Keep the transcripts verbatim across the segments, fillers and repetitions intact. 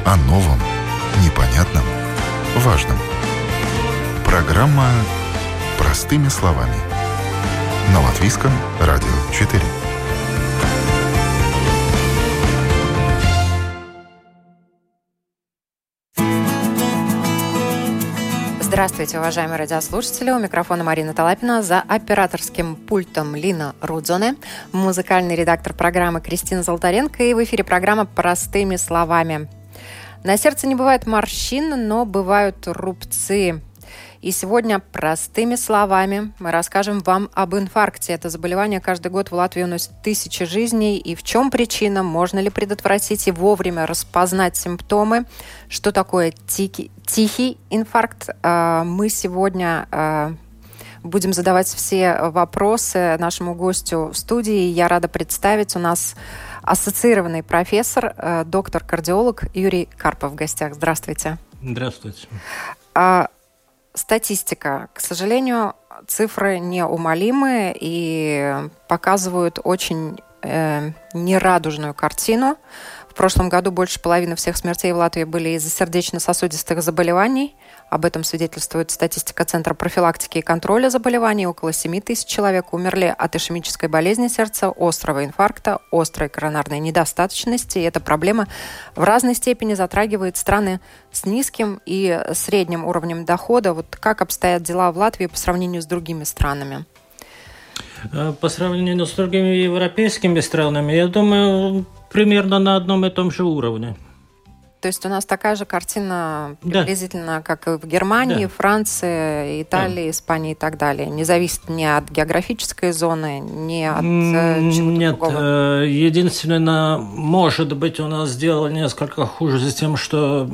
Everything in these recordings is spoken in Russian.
О новом, непонятном, важном. Программа «Простыми словами». На Латвийском радио четыре. Здравствуйте, уважаемые радиослушатели. У микрофона Марина Талапина, за операторским пультом Лина Рудзоне, музыкальный редактор программы Кристина Золотаренко, и в эфире программа «Простыми словами». На сердце не бывает морщин, но бывают рубцы. И сегодня простыми словами мы расскажем вам об инфаркте. Это заболевание каждый год в Латвии уносит тысячи жизней. И в чем причина? Можно ли предотвратить и вовремя распознать симптомы? Что такое тихий, тихий инфаркт? Мы сегодня будем задавать все вопросы нашему гостю в студии. Я рада представить, у нас ассоциированный профессор, доктор-кардиолог Юрий Карпов в гостях. Здравствуйте. Здравствуйте. Статистика. К сожалению, цифры неумолимы и показывают очень э, нерадужную картину. В прошлом году больше половины всех смертей в Латвии были из-за сердечно-сосудистых заболеваний. Об этом свидетельствует статистика Центра профилактики и контроля заболеваний. Около семь тысяч человек умерли от ишемической болезни сердца, острого инфаркта, острой коронарной недостаточности. И эта проблема в разной степени затрагивает страны с низким и средним уровнем дохода. Вот как обстоят дела в Латвии по сравнению с другими странами? По сравнению с другими европейскими странами, я думаю, примерно на одном и том же уровне. То есть у нас такая же картина приблизительно, да, как и в Германии, да, Франции, Италии, да, Испании и так далее. Не зависит ни от географической зоны, ни от чего-то Нет, другого. Единственное, может быть, у нас сделало несколько хуже с тем, что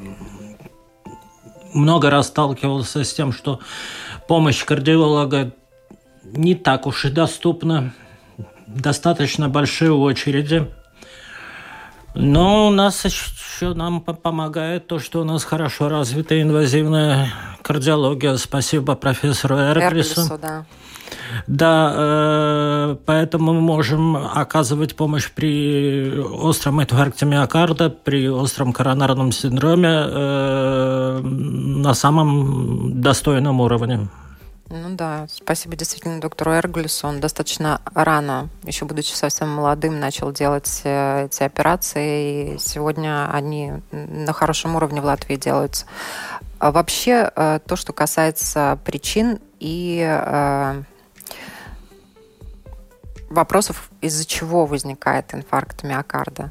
много раз сталкивался с тем, что помощь кардиолога не так уж и доступна. Достаточно большие очереди. Но у нас еще нам помогает то, что у нас хорошо развитая инвазивная кардиология. Спасибо профессору Эрглису. Эрглису, да. Да, э, поэтому мы можем оказывать помощь при остром инфаркте миокарда, при остром коронарном синдроме э, на самом достойном уровне. Ну да, спасибо действительно доктору Эрглису. Он достаточно рано, еще будучи совсем молодым, начал делать эти операции, и сегодня они на хорошем уровне в Латвии делаются. А вообще, то, что касается причин и э, вопросов, из-за чего возникает инфаркт миокарда.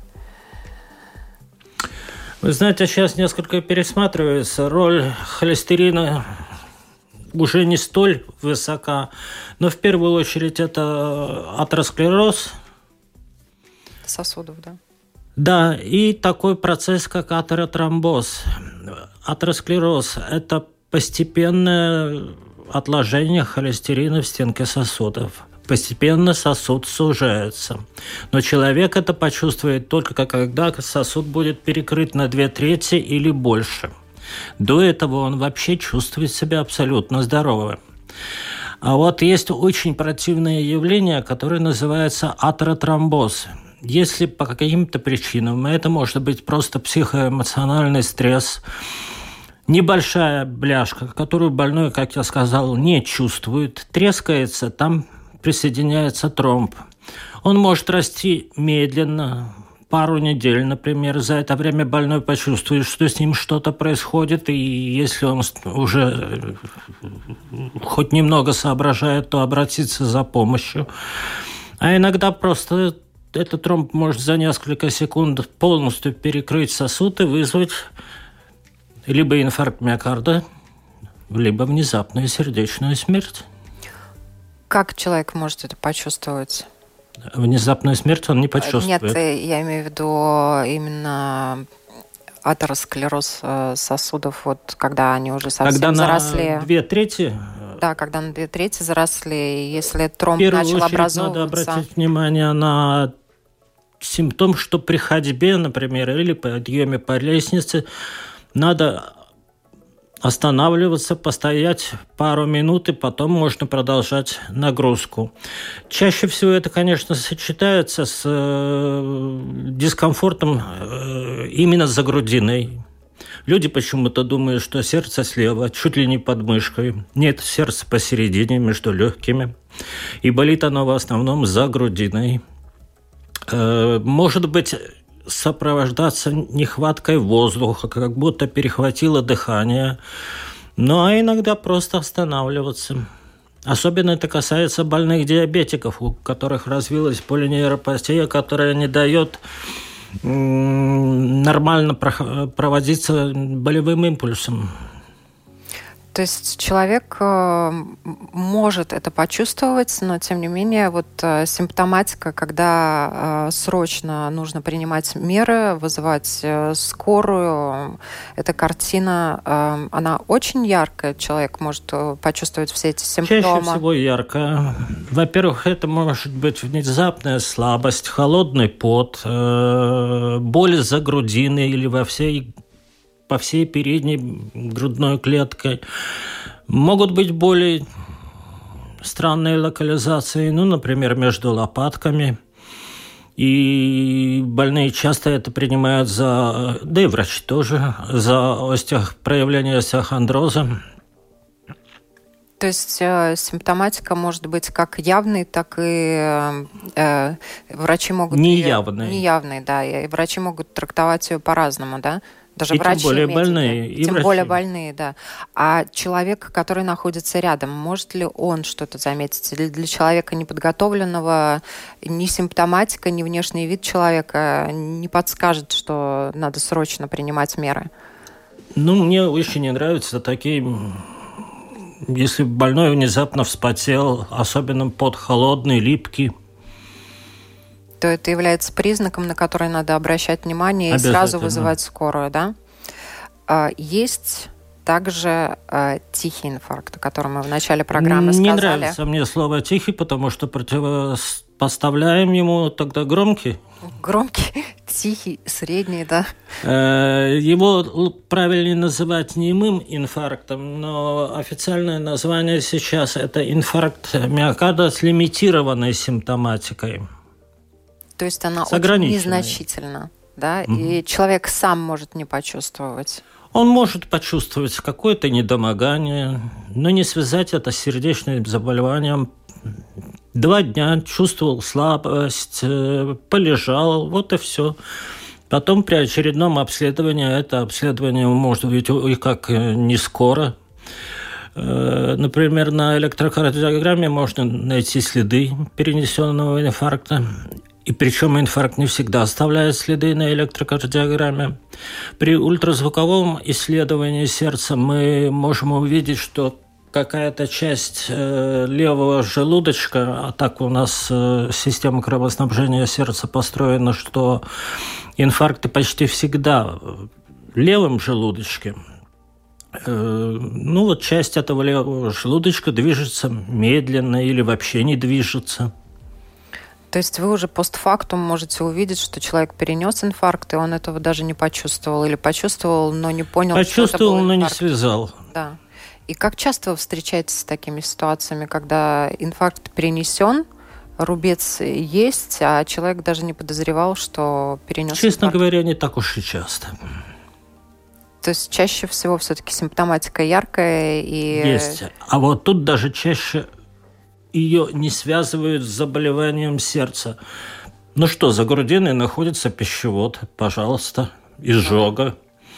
Вы знаете, сейчас несколько пересматривается роль холестерина. Уже не столь высока, но в первую очередь это атеросклероз сосудов, да? Да, и такой процесс, как атеротромбоз. Атеросклероз – это постепенное отложение холестерина в стенке сосудов. Постепенно сосуд сужается. Но человек это почувствует только когда сосуд будет перекрыт на две трети или больше. До этого он вообще чувствует себя абсолютно здоровым. А вот есть очень противное явление, которое называется атеротромбоз. Если по каким-то причинам, это может быть просто психоэмоциональный стресс, небольшая бляшка, которую больной, как я сказал, не чувствует, трескается, там присоединяется тромб. Он может расти медленно, пару недель, например. За это время больной почувствует, что с ним что-то происходит, и если он уже хоть немного соображает, то обратиться за помощью. А иногда просто этот тромб может за несколько секунд полностью перекрыть сосуд и вызвать либо инфаркт миокарда, либо внезапную сердечную смерть. Как человек может это почувствовать? Внезапную смерть он не почувствует. Нет, я имею в виду именно атеросклероз сосудов, вот когда они уже совсем когда заросли. Когда на две трети? Да, когда на две трети заросли, если тромб начал образовываться. В первую очередь надо обратить внимание на симптом, что при ходьбе, например, или подъеме по лестнице надо останавливаться, постоять пару минут, и потом можно продолжать нагрузку. Чаще всего это, конечно, сочетается с э, дискомфортом э, именно за грудиной. Люди почему-то думают, что сердце слева, чуть ли не под мышкой. Нет, сердце посередине, между легкими. И болит оно в основном за грудиной. Э, может быть, сопровождаться нехваткой воздуха, как будто перехватило дыхание. Ну, а иногда просто останавливаться. Особенно это касается больных диабетиков, у которых развилась полинейропатия, которая не дает м- нормально про- проводиться болевым импульсом. То есть человек может это почувствовать, но тем не менее вот симптоматика, когда срочно нужно принимать меры, вызывать скорую, эта картина, она очень яркая. Человек может почувствовать все эти симптомы. Чаще всего ярко. Во-первых, это может быть внезапная слабость, холодный пот, боль за грудиной или во всей по всей передней грудной клетке. Могут быть боли странной локализации, ну, например, между лопатками. И больные часто это принимают за, да и врачи тоже, за остеох, проявление остеохондроза. То есть э, симптоматика может быть как явной, так и э, врачи могут... Неявной. Неявной, да. И врачи могут трактовать ее по-разному, да? Даже и врачи, тем более медики, больные. И тем врачи. более больные, да. А человек, который находится рядом, может ли он что-то заметить? Или для человека неподготовленного ни симптоматика, ни внешний вид человека не подскажет, что надо срочно принимать меры? Ну, мне очень не нравятся такие... Если больной внезапно вспотел, особенно пот холодный, липкий, то это является признаком, на который надо обращать внимание и сразу вызывать скорую, да? Есть также тихий инфаркт, о котором мы в начале программы не сказали. Не нравится мне слово «тихий», потому что противопоставляем ему тогда громкий. Громкий, тихий, средний, да? Его правильнее называть немым инфарктом, но официальное название сейчас – это инфаркт миокарда с лимитированной симптоматикой. То есть она очень незначительна, да? Угу. И человек сам может не почувствовать. Он может почувствовать какое-то недомогание, но не связать это с сердечным заболеванием. Два дня чувствовал слабость, полежал, вот и все. Потом при очередном обследовании, это обследование может быть и как не скоро. Например, на электрокардиограмме можно найти следы перенесенного инфаркта. И причем инфаркт не всегда оставляет следы на электрокардиограмме. При ультразвуковом исследовании сердца мы можем увидеть, что какая-то часть э, левого желудочка, а так у нас э, система кровоснабжения сердца построена, что инфаркты почти всегда в левом желудочке. Э, ну вот часть этого левого желудочка движется медленно или вообще не движется. То есть вы уже постфактум можете увидеть, что человек перенес инфаркт, и он этого даже не почувствовал. Или почувствовал, но не понял, почувствовал, что это был инфаркт. но не связал. Да. И как часто вы встречаетесь с такими ситуациями, когда инфаркт перенесен, рубец есть, а человек даже не подозревал, что перенес Честно инфаркт? говоря, не так уж и часто. То есть чаще всего все-таки симптоматика яркая и... Есть. А вот тут даже чаще... ее не связывают с заболеванием сердца. Ну что, за грудиной находится пищевод, пожалуйста, изжога.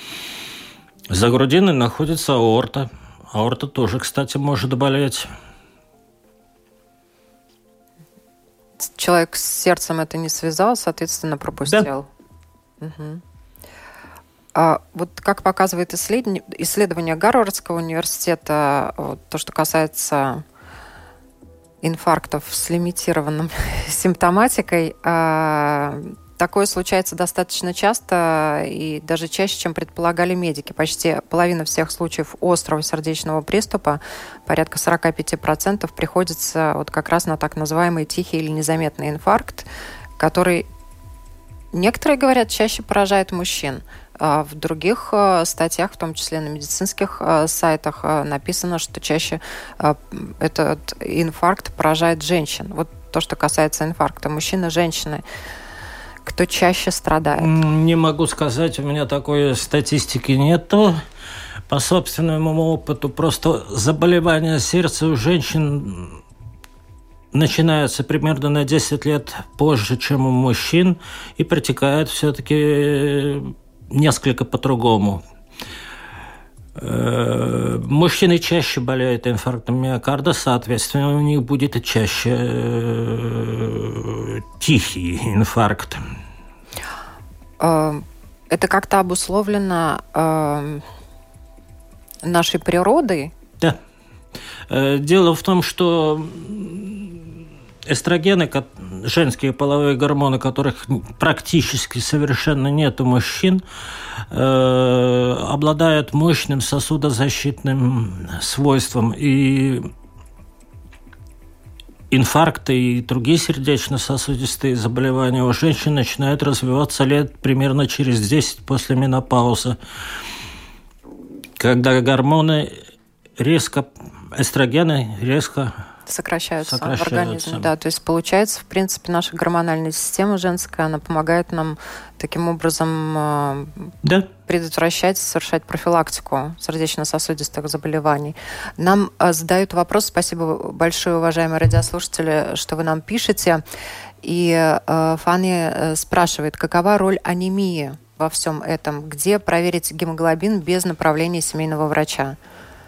За грудиной находится аорта. Аорта тоже, кстати, может болеть. Человек с сердцем это не связал, соответственно, пропустил. Да. Угу. А вот как показывает исследование, исследование Гарвардского университета, вот, то, что касается инфарктов с лимитированной симптоматикой, а, такое случается достаточно часто и даже чаще, чем предполагали медики. Почти половина всех случаев острого сердечного приступа, порядка сорок пять процентов, приходится вот как раз на так называемый тихий или незаметный инфаркт, который, некоторые говорят, чаще поражает мужчин. А в других статьях, в том числе на медицинских сайтах, написано, что чаще этот инфаркт поражает женщин. Вот то, что касается инфаркта. Мужчины, женщины. Кто чаще страдает? Не могу сказать, у меня такой статистики нету. По собственному опыту, просто заболевания сердца у женщин начинаются примерно на десять лет позже, чем у мужчин, и протекает все-таки несколько по-другому. Мужчины чаще болеют инфарктом миокарда, соответственно, у них будет чаще тихий инфаркт. Это как-то обусловлено нашей природой? Да. Дело в том, что эстрогены, женские половые гормоны, которых практически совершенно нет у мужчин, обладают мощным сосудозащитным свойством. И инфаркты и другие сердечно-сосудистые заболевания у женщин начинают развиваться лет примерно через десять после менопаузы, когда гормоны резко, эстрогены резко сокращаются, сокращаются в организме. Да, то есть получается, в принципе, наша гормональная система женская, она помогает нам таким образом да. предотвращать, совершать профилактику сердечно-сосудистых заболеваний. Нам задают вопрос, спасибо большое, уважаемые радиослушатели, что вы нам пишете. И э, Фанни спрашивает, какова роль анемии во всем этом? Где проверить гемоглобин без направления семейного врача?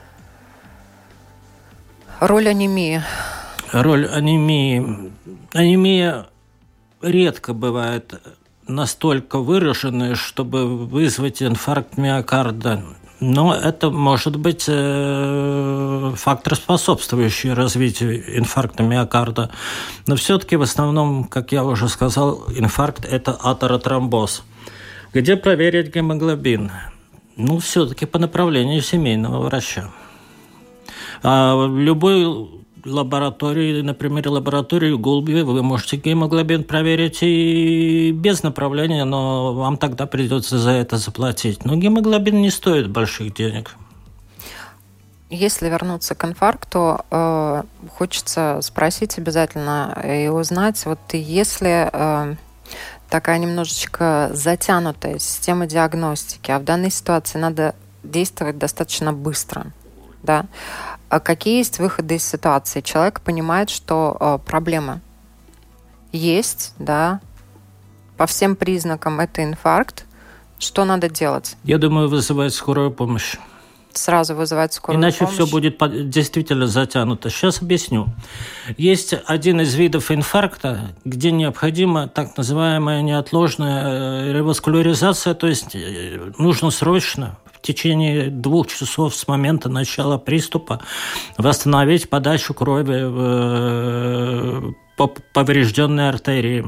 Роль анемии. Роль анемии. Анемия редко бывает настолько выраженная, чтобы вызвать инфаркт миокарда. Но это может быть э, фактор, способствующий развитию инфаркта миокарда. Но все-таки в основном, как я уже сказал, инфаркт – это атеротромбоз. Где проверить гемоглобин? Ну, все-таки по направлению семейного врача. А в любой лаборатории, например, лаборатории Гулби, вы можете гемоглобин проверить и без направления, но вам тогда придется за это заплатить. Но гемоглобин не стоит больших денег. Если вернуться к инфаркту, э, хочется спросить обязательно и узнать, вот если э, такая немножечко затянутая система диагностики, а в данной ситуации надо действовать достаточно быстро, да? А какие есть выходы из ситуации? Человек понимает, что э, проблема есть, да, по всем признакам это инфаркт. Что надо делать? Я думаю, вызывать скорую помощь. Сразу вызывать скорую Иначе помощь? Иначе все будет действительно затянуто. Сейчас объясню. Есть один из видов инфаркта, где необходима так называемая неотложная реваскуляризация, то есть нужно срочно в течение двух часов с момента начала приступа восстановить подачу крови в поврежденные артерии.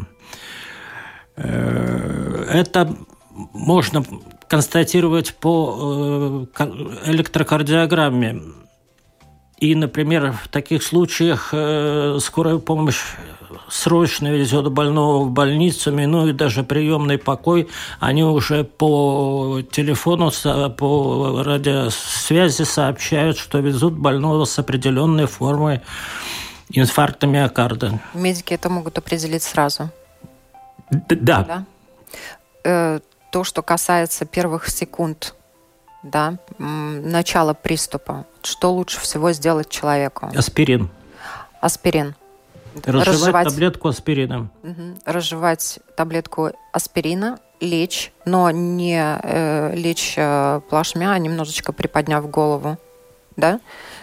Это можно констатировать по электрокардиограмме. И, например, в таких случаях скорая помощь срочно везет больного в больницу, минует даже приемный покой. Они уже по телефону, по радиосвязи сообщают, что везут больного с определенной формой инфаркта миокарда. Медики это могут определить сразу? Да. да? Э, то, что касается первых секунд, да, начала приступа, что лучше всего сделать человеку? Аспирин. Аспирин. Разжевать, разжевать таблетку аспирина. Угу. Разжевать таблетку аспирина, лечь, но не э, лечь э, плашмя, а немножечко приподняв голову, да?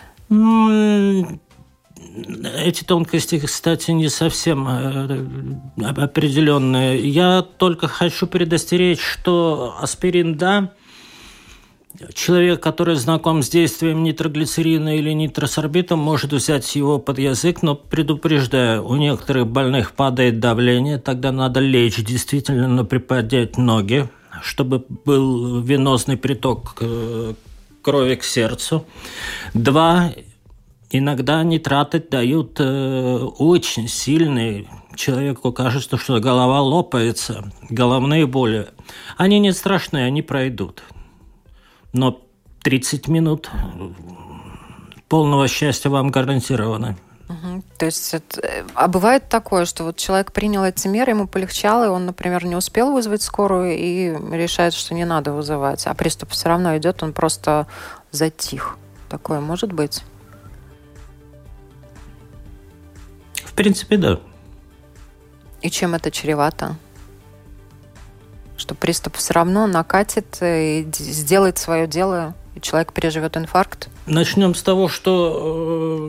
Эти тонкости, кстати, не совсем определенные. Я только хочу предостеречь, что аспирин, да, человек, который знаком с действием нитроглицерина или нитросорбита, может взять его под язык, но предупреждаю, у некоторых больных падает давление, тогда надо лечь, действительно приподнять ноги, чтобы был венозный приток крови к сердцу. Два, Иногда нитраты дают э, очень сильные. Человеку кажется, что голова лопается, головные боли. Они не страшные, они пройдут. Но тридцать минут полного счастья вам гарантированы. Угу. То есть, это... а бывает такое, что вот человек принял эти меры, ему полегчало, и он, например, не успел вызвать скорую и решает, что не надо вызывать, а приступ все равно идет, он просто затих. Такое может быть? В принципе, да. И чем это чревато? Что приступ все равно накатит и сделает свое дело, и человек переживет инфаркт? Начнем с того, что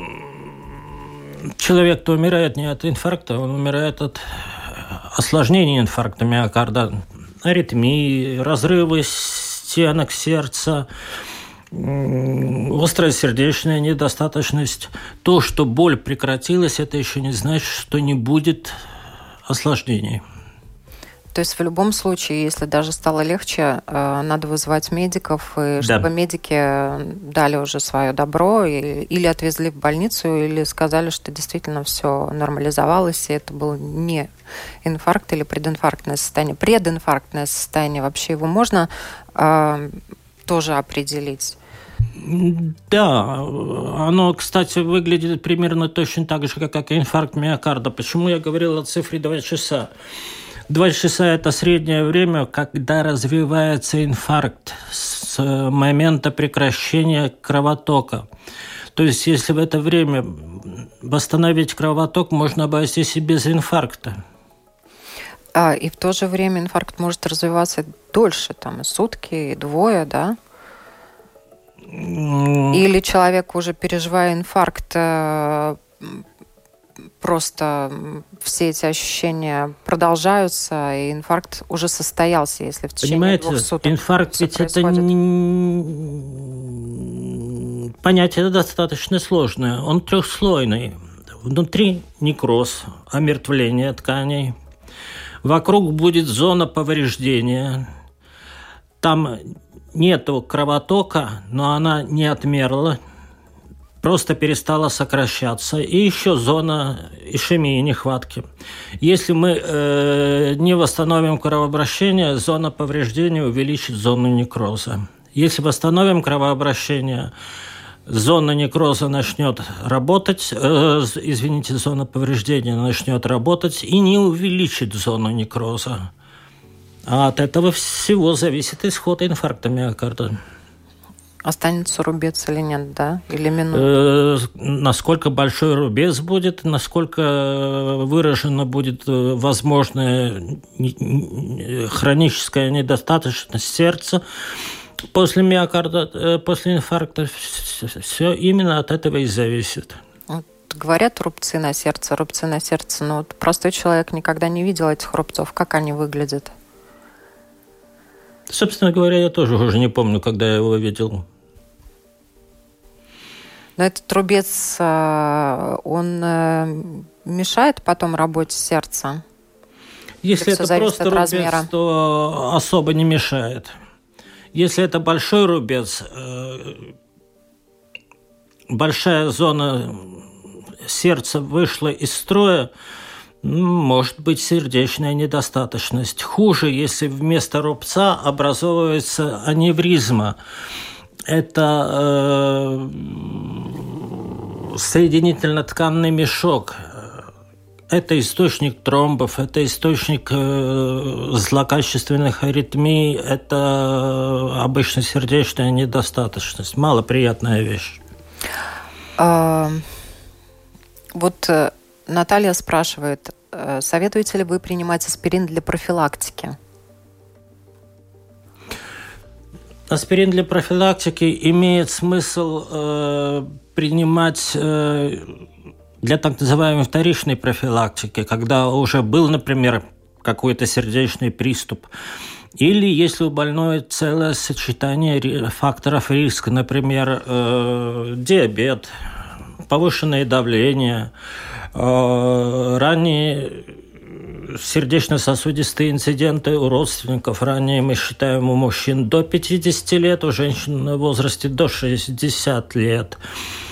человек-то умирает не от инфаркта, он умирает от осложнений инфаркта миокарда, аритмии, разрывы стенок сердца, острая сердечная недостаточность. То, что боль прекратилась, это еще не значит, что не будет осложнений. То есть в любом случае, если даже стало легче, надо вызывать медиков, и чтобы да. медики дали уже свое добро, или отвезли в больницу, или сказали, что действительно все нормализовалось, и это был не инфаркт или прединфарктное состояние. Прединфарктное состояние, вообще его можно э, тоже определить? Да, оно, кстати, выглядит примерно точно так же, как инфаркт миокарда. Почему я говорил о цифре два часа? Два часа – это среднее время, когда развивается инфаркт с момента прекращения кровотока. То есть, если в это время восстановить кровоток, можно обойтись и без инфаркта. А, и в то же время инфаркт может развиваться дольше, там, и сутки, и двое, да? Или человек, уже переживая инфаркт, просто все эти ощущения продолжаются, и инфаркт уже состоялся, если в течение Понимаете, двух суток. Инфаркт ведь происходит. Это не... понятие достаточно сложное. Он трехслойный. Внутри некроз, омертвление тканей. Вокруг будет зона повреждения. Там нету кровотока, но она не отмерла. Просто перестала сокращаться. И еще зона ишемии, нехватки. Если мы э, не восстановим кровообращение, зона повреждения увеличит зону некроза. Если восстановим кровообращение, зона некроза начнет работать, э, извините, зона повреждения начнет работать и не увеличит зону некроза. А от этого всего зависит исход инфаркта миокарда. Останется рубец или нет, да? Или минут? Э, насколько большой рубец будет, насколько выражена будет возможная хроническая недостаточность сердца после миокарда, после инфаркта. Все именно от этого и зависит. Вот говорят, рубцы на сердце, рубцы на сердце, но вот простой человек никогда не видел этих рубцов. Как они выглядят? Собственно говоря, я тоже уже не помню, когда я его видел. Но этот рубец, он мешает потом работе сердца? Если это просто рубец, размера? То особо не мешает. Если это большой рубец, большая зона сердца вышла из строя, может быть сердечная недостаточность. Хуже, если вместо рубца образовывается аневризма. Это э, соединительно-тканный мешок. Это источник тромбов, это источник э, злокачественных аритмий, это обычно сердечная недостаточность. Малоприятная вещь. А, вот Наталья спрашивает, советуете ли вы принимать аспирин для профилактики? Аспирин для профилактики имеет смысл э, принимать э, для так называемой вторичной профилактики, когда уже был, например, какой-то сердечный приступ. Или если у больной целое сочетание факторов риска, например, э, диабет, повышенное давление, э, ранние сердечно-сосудистые инциденты у родственников. Ранее мы считаем у мужчин до пятидесяти лет, у женщин в возрасте до шестидесяти лет.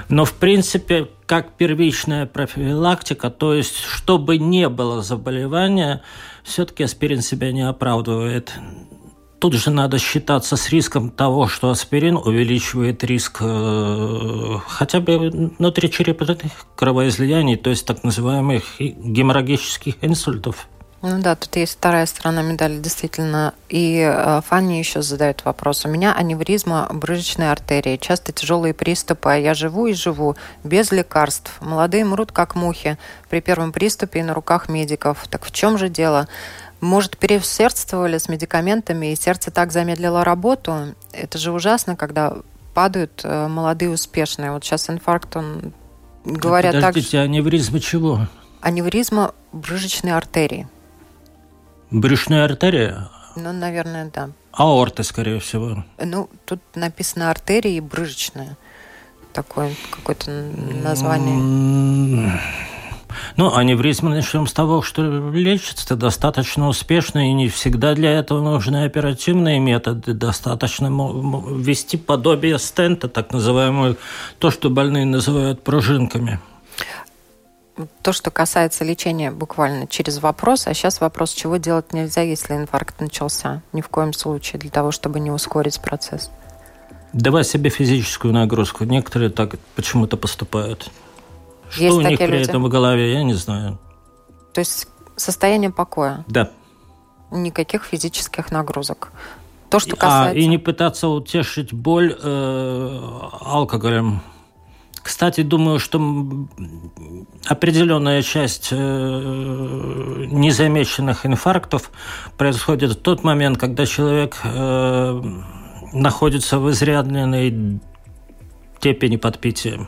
Но, в принципе, как первичная профилактика, то есть, чтобы не было заболевания, все-таки аспирин себя не оправдывает. Тут же надо считаться с риском того, что аспирин увеличивает риск э, хотя бы внутричерепных кровоизлияний, то есть так называемых геморрагических инсультов. Ну да, тут есть вторая сторона медали, действительно. И э, Фанни еще задает вопрос. У меня аневризма брыжечной артерии, часто тяжелые приступы, а я живу и живу без лекарств. Молодые мрут, как мухи, при первом приступе и на руках медиков. Так в чем же дело? Может, переусердствовали с медикаментами, и сердце так замедлило работу? Это же ужасно, когда падают э, молодые успешные. Вот сейчас инфаркт, он, говорят так... Подождите, аневризма чего? Аневризма брыжечной артерии. Брюшная артерия? Ну, наверное, да. Аорта, скорее всего. Ну, тут написано артерия и брыжечная. Такое какое-то название. Ну, аневризма начнем с того, что лечится достаточно успешно, и не всегда для этого нужны оперативные методы. Достаточно ввести подобие стента, так называемую, то, что больные называют пружинками. То, что касается лечения, буквально через вопрос. А сейчас вопрос, чего делать нельзя, если инфаркт начался? Ни в коем случае, для того, чтобы не ускорить процесс. Давай себе физическую нагрузку. Некоторые так почему-то поступают. Что Есть у них при люди? этом в голове, я не знаю. То есть состояние покоя? Да. Никаких физических нагрузок. То, что касается... А, и не пытаться утешить боль э, алкоголем. Кстати, думаю, что определенная часть э, незамеченных инфарктов происходит в тот момент, когда человек э, находится в изрядной степени подпития.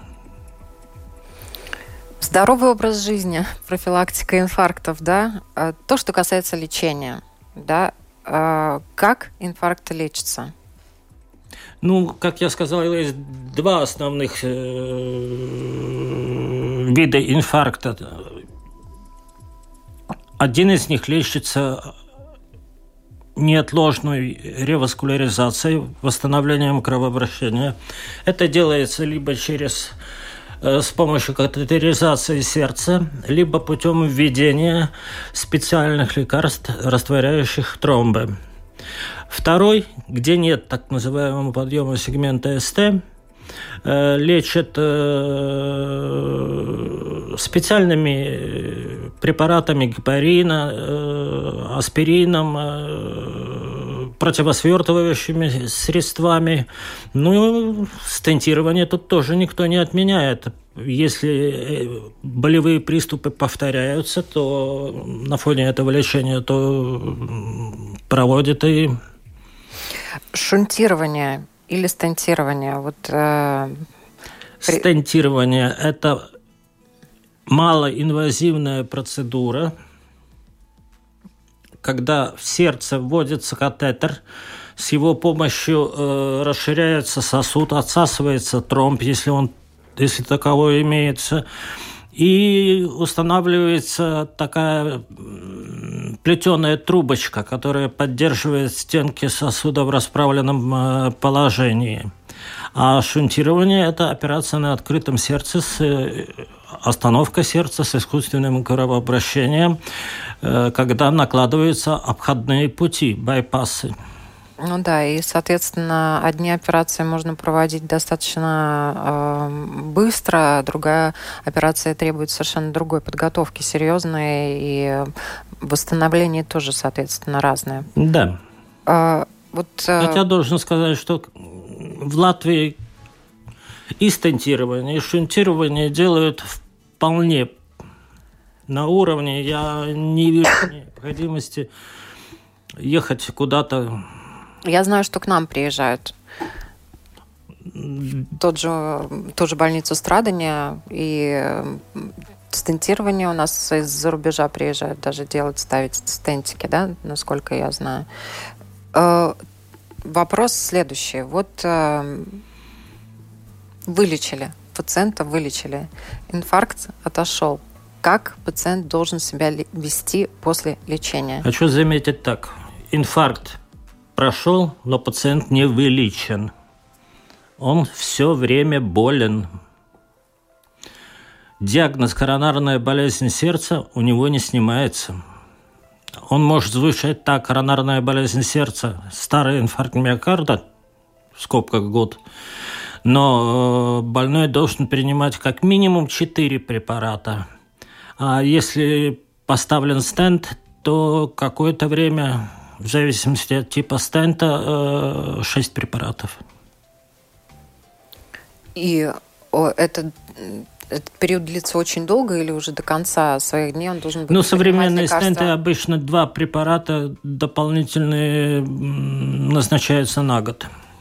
Здоровый образ жизни, профилактика инфарктов, да. То, что касается лечения, да. Как инфаркт лечится? Ну, как я сказал, есть два основных э, вида инфаркта. Один из них лечится неотложной реваскуляризацией, восстановлением кровообращения. Это делается либо через с помощью катетеризации сердца, либо путем введения специальных лекарств, растворяющих тромбы. Второй, где нет так называемого подъема сегмента СТ, лечат специальными препаратами гепарина, аспирином, противосвертывающими средствами. Ну, стентирование тут тоже никто не отменяет. Если болевые приступы повторяются, то на фоне этого лечения то проводят и... Шунтирование или стентирование? Вот, э... Стентирование – это малоинвазивная процедура, когда в сердце вводится катетер, с его помощью э, расширяется сосуд, отсасывается тромб, если он, если таковой имеется, и устанавливается такая плетеная трубочка, которая поддерживает стенки сосуда в расправленном э, положении. А шунтирование – это операция на открытом сердце с остановкой сердца с искусственным кровообращением, когда накладываются обходные пути, байпасы. Ну да, и, соответственно, одни операции можно проводить достаточно э, быстро, а другая операция требует совершенно другой подготовки, серьезной, и восстановление тоже, соответственно, разное. Да. Э, вот, э... Хотя должен сказать, что в Латвии и стентирование, и шунтирование делают вполне на уровне. Я не вижу необходимости ехать куда-то. Я знаю, что к нам приезжают. Тот же, ту же больницу страдания и стентирование у нас из-за рубежа приезжают даже делать, ставить стентики, да, насколько я знаю. Вопрос следующий. Вот э, вылечили, пациента вылечили, инфаркт отошел. Как пациент должен себя вести после лечения? Хочу заметить так. Инфаркт прошел, но пациент не вылечен. Он все время болен. диагноз коронарная болезнь сердца у него не снимается. Он может звучать так: коронарная болезнь сердца, старый инфаркт миокарда, в скобках год, но больной должен принимать как минимум четыре препарата. А если поставлен стент, то какое-то время, в зависимости от типа стента, шесть препаратов. И это... Этот период длится очень долго или уже до конца своих дней он должен быть? Ну, современные стенты обычно два препарата дополнительные назначаются на год.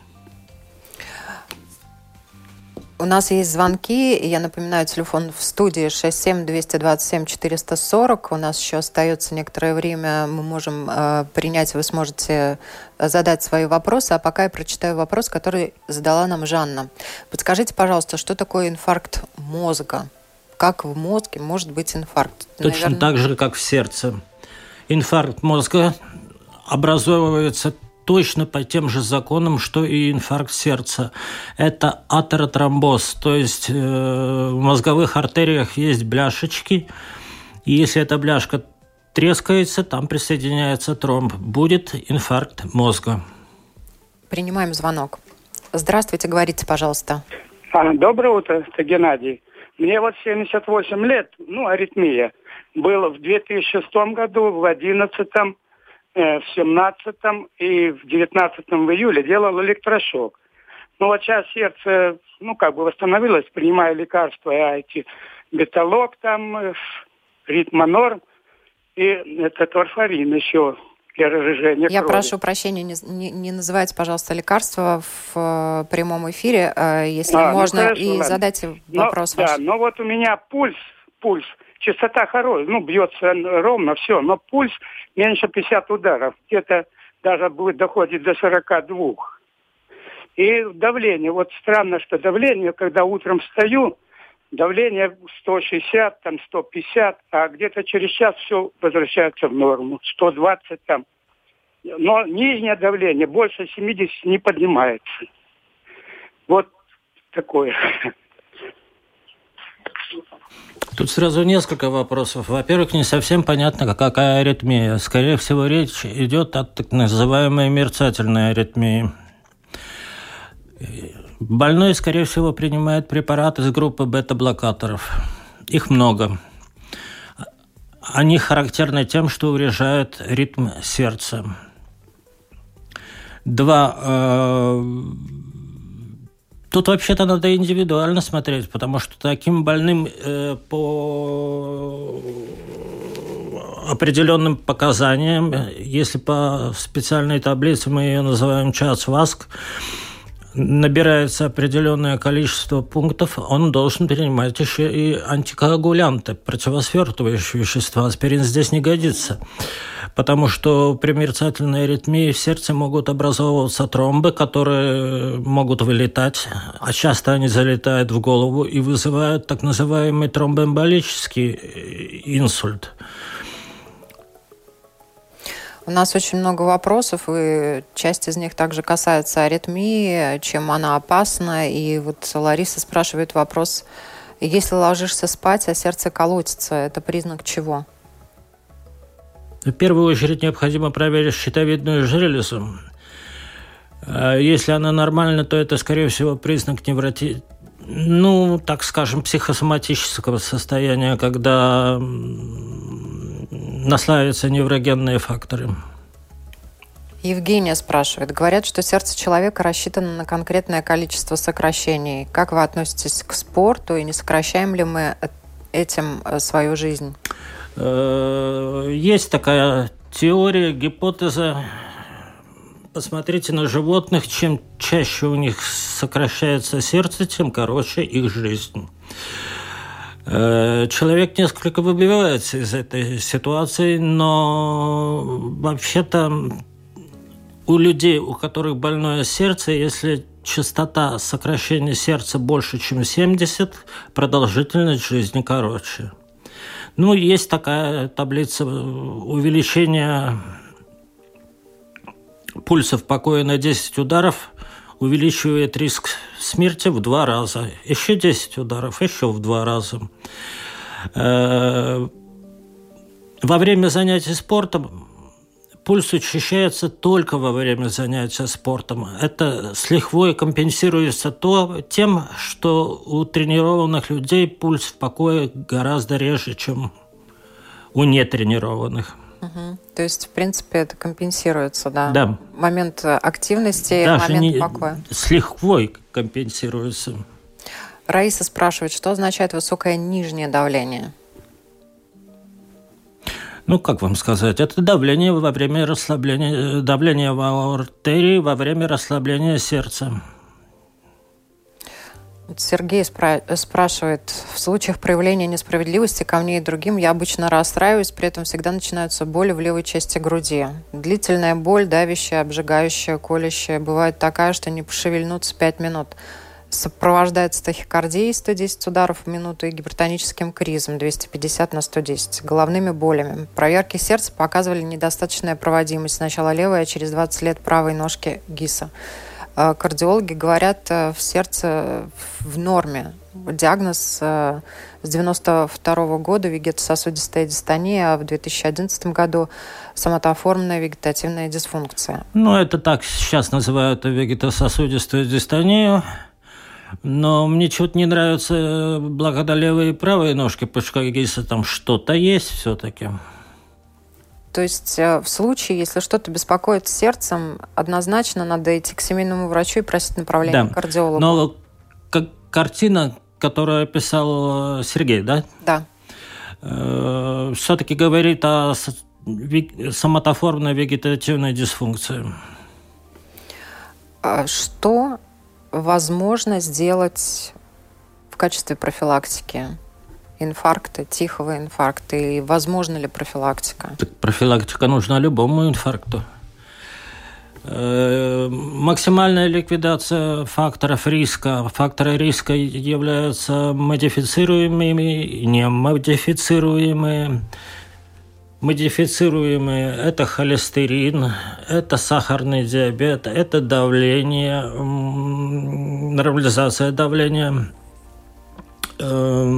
У нас есть звонки. Я напоминаю, телефон в студии шесть семь двести двадцать семь четыреста сорок. У нас еще остается некоторое время. Мы можем э, принять, вы сможете задать свои вопросы. А пока я прочитаю вопрос, который задала нам Жанна. Подскажите, пожалуйста, что такое инфаркт мозга? Как в мозге может быть инфаркт? Точно Наверное... так же, как в сердце. Инфаркт мозга образовывается точно по тем же законам, что и инфаркт сердца. Это атеротромбоз, то есть э, в мозговых артериях есть бляшечки, и если эта бляшка трескается, там присоединяется тромб. Будет инфаркт мозга. Принимаем звонок. Здравствуйте, говорите, пожалуйста. А, доброе утро, это Геннадий. Мне вот семьдесят восемь лет, ну, аритмия. Было в две тысячи шестом году, в две тысячи одиннадцатом, в семнадцатом и в девятнадцатом в июле делал электрошок. Ну вот сейчас сердце, ну как бы восстановилось, принимаю лекарства, а эти беталог там, ритмонорм и этот варфарин еще для разжижения Я крови. прошу прощения, не, не, не называйте, пожалуйста, лекарства в э, прямом эфире, э, если а, можно, ну, хорошо, и ладно. Задайте вопрос но, ваш. Да, но вот у меня пульс, пульс, частота хорошая, ну, бьется ровно, все, но пульс меньше пятьдесят ударов, где-то даже будет доходить до сорок два. И давление, вот странно, что давление, когда утром встаю, давление сто шестьдесят, там сто пятьдесят, а где-то через час все возвращается в норму, сто двадцать там. Но нижнее давление больше семидесяти не поднимается. Вот такое. Тут сразу несколько вопросов. Во-первых, не совсем понятно, какая аритмия. Скорее всего, речь идет о так называемой мерцательной аритмии. Больной, скорее всего, принимает препараты из группы бета-блокаторов. Их много. Они характерны тем, что урежают ритм сердца. Два. Тут вообще-то надо индивидуально смотреть, потому что таким больным э, по определенным показаниям, если по специальной таблице, мы ее называем ЧАЦ-ВАСК, набирается определенное количество пунктов, он должен принимать еще и антикоагулянты, противосвертывающие вещества. Аспирин здесь не годится, потому что при мерцательной аритмии в сердце могут образовываться тромбы, которые могут вылетать, а часто они залетают в голову и вызывают так называемый тромбоэмболический инсульт. У нас очень много вопросов, и часть из них также касается аритмии, чем она опасна. И вот Лариса спрашивает вопрос: если ложишься спать, а сердце колотится, это признак чего? В первую очередь необходимо проверить щитовидную железу. Если она нормальна, то это, скорее всего, признак невроти... ну, так скажем, психосоматического состояния, когда наслаиваются неврогенные факторы. Евгения спрашивает. Говорят, что сердце человека рассчитано на конкретное количество сокращений. Как вы относитесь к спорту и не сокращаем ли мы этим свою жизнь? Есть такая теория, гипотеза. Посмотрите на животных. Чем чаще у них сокращается сердце, тем короче их жизнь. Человек несколько выбивается из этой ситуации, но вообще-то у людей, у которых больное сердце, если частота сокращения сердца больше, чем семьдесят, продолжительность жизни короче. Ну, есть такая таблица увеличения пульса в покое на десять ударов, увеличивает риск смерти в два раза. Еще десять ударов, еще в два раза. Во время занятий спортом пульс учащается только во время занятия спортом. Это с лихвой компенсируется то, тем, что у тренированных людей пульс в покое гораздо реже, чем у нетренированных. Угу. То есть, в принципе, это компенсируется, да? Да. Момент активности, Даже момент не, покоя. С лихвой компенсируется. Раиса спрашивает, что означает высокое нижнее давление? Ну, как вам сказать, это давление во время расслабления, давление в артерии во время расслабления сердца. Сергей спра- спрашивает, в случаях проявления несправедливости ко мне и другим я обычно расстраиваюсь, при этом всегда начинаются боли в левой части груди. Длительная боль, давящая, обжигающая, колющая, бывает такая, что не пошевельнуться пять минут. Сопровождается тахикардией сто десять ударов в минуту и гипертоническим кризом двести пятьдесят на сто десять, головными болями. Проверки сердца показывали недостаточную проводимость. Сначала левой, а через двадцать лет правой ножки ГИСа. Кардиологи говорят, в сердце в норме. Диагноз с девяносто второго года вегетососудистая дистония, а в две тысячи одиннадцатом году соматооформленная вегетативная дисфункция. Ну, это так сейчас называют вегетососудистую дистонию. Но мне чего-то не нравится благо левые и правые ножки пучка ГИСа. Там что-то есть все-таки. То есть в случае, если что-то беспокоит с сердцем, однозначно надо идти к семейному врачу и просить направления да. к кардиологу. Но как картина, которую описал Сергей, да? Да. Э, все-таки говорит о соматоформной вегетативной дисфункции. Что возможно сделать в качестве профилактики инфаркта, тихого инфаркта, и возможна ли профилактика? Так профилактика нужна любому инфаркту. Э, максимальная ликвидация факторов риска. Факторы риска являются модифицируемыми и немодифицируемые. Модифицируемые – это холестерин, это сахарный диабет, это давление, нормализация давления. То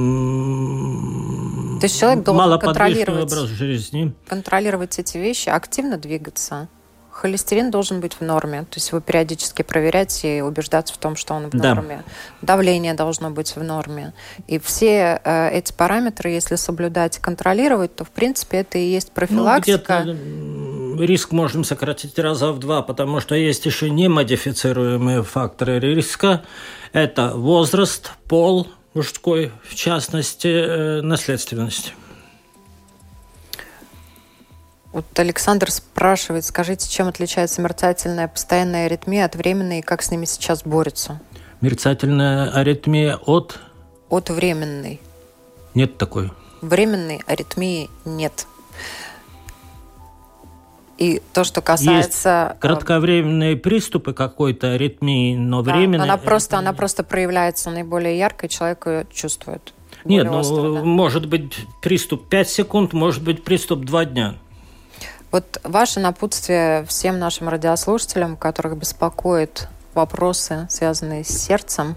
есть человек должен контролировать, образ жизни. контролировать эти вещи, активно двигаться. Холестерин должен быть в норме. То есть вы периодически проверяете и убеждаться в том, что он в да. норме. Давление должно быть в норме. И все э, эти параметры, если соблюдать и контролировать, то, в принципе, это и есть профилактика. Ну, где-то риск можем сократить раза в два, потому что есть еще немодифицируемые факторы риска. Это возраст, пол, мужской, в частности, наследственность. Вот Александр спрашивает, скажите, чем отличается мерцательная постоянная аритмия от временной и как с ними сейчас борются? Мерцательная аритмия от? От временной. Нет такой. Временной аритмии нет. И то, что касается... Есть кратковременные приступы какой-то аритмии, но да, временные... Она просто, она просто проявляется наиболее ярко, и человек ее чувствует. Нет, ну, остро, да? Может быть приступ пять секунд, может быть приступ два дня. Вот ваше напутствие всем нашим радиослушателям, которых беспокоят вопросы, связанные с сердцем,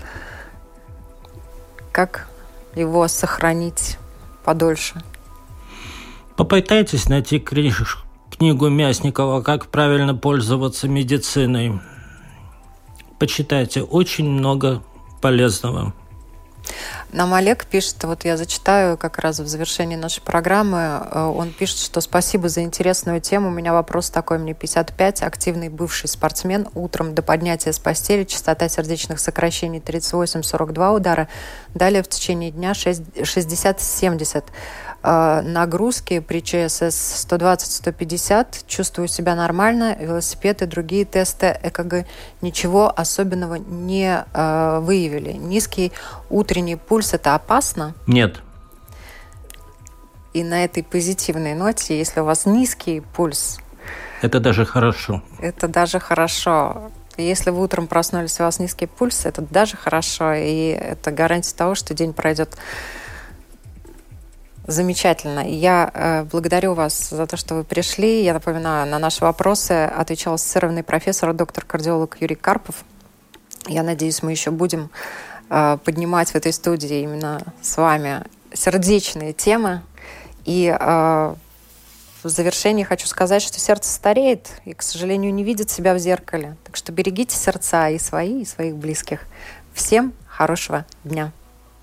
как его сохранить подольше? Попытайтесь найти книжку. Книгу Мясникова «Как правильно пользоваться медициной». Почитайте, очень много полезного. Нам Олег пишет, вот я зачитаю как раз в завершении нашей программы, он пишет, что спасибо за интересную тему, у меня вопрос такой, мне пятьдесят пять, активный бывший спортсмен, утром до поднятия с постели, частота сердечных сокращений тридцать восемь сорок два удара, далее в течение дня шестьдесят семьдесят. Нагрузки при ЧСС сто двадцать сто пятьдесят, чувствую себя нормально, велосипед и другие тесты ЭКГ ничего особенного не э, выявили. Низкий утренний пульс – это опасно? Нет. И на этой позитивной ноте, если у вас низкий пульс… Это даже хорошо. Это даже хорошо. Если вы утром проснулись, у вас низкий пульс, это даже хорошо. И это гарантия того, что день пройдет замечательно. Я э, благодарю вас за то, что вы пришли. Я напоминаю, на наши вопросы отвечал ассоциированный профессор, доктор-кардиолог Юрий Карпов. Я надеюсь, мы еще будем э, поднимать в этой студии именно с вами сердечные темы. И э, в завершении хочу сказать, что сердце стареет и, к сожалению, не видит себя в зеркале. Так что берегите сердца и свои, и своих близких. Всем хорошего дня!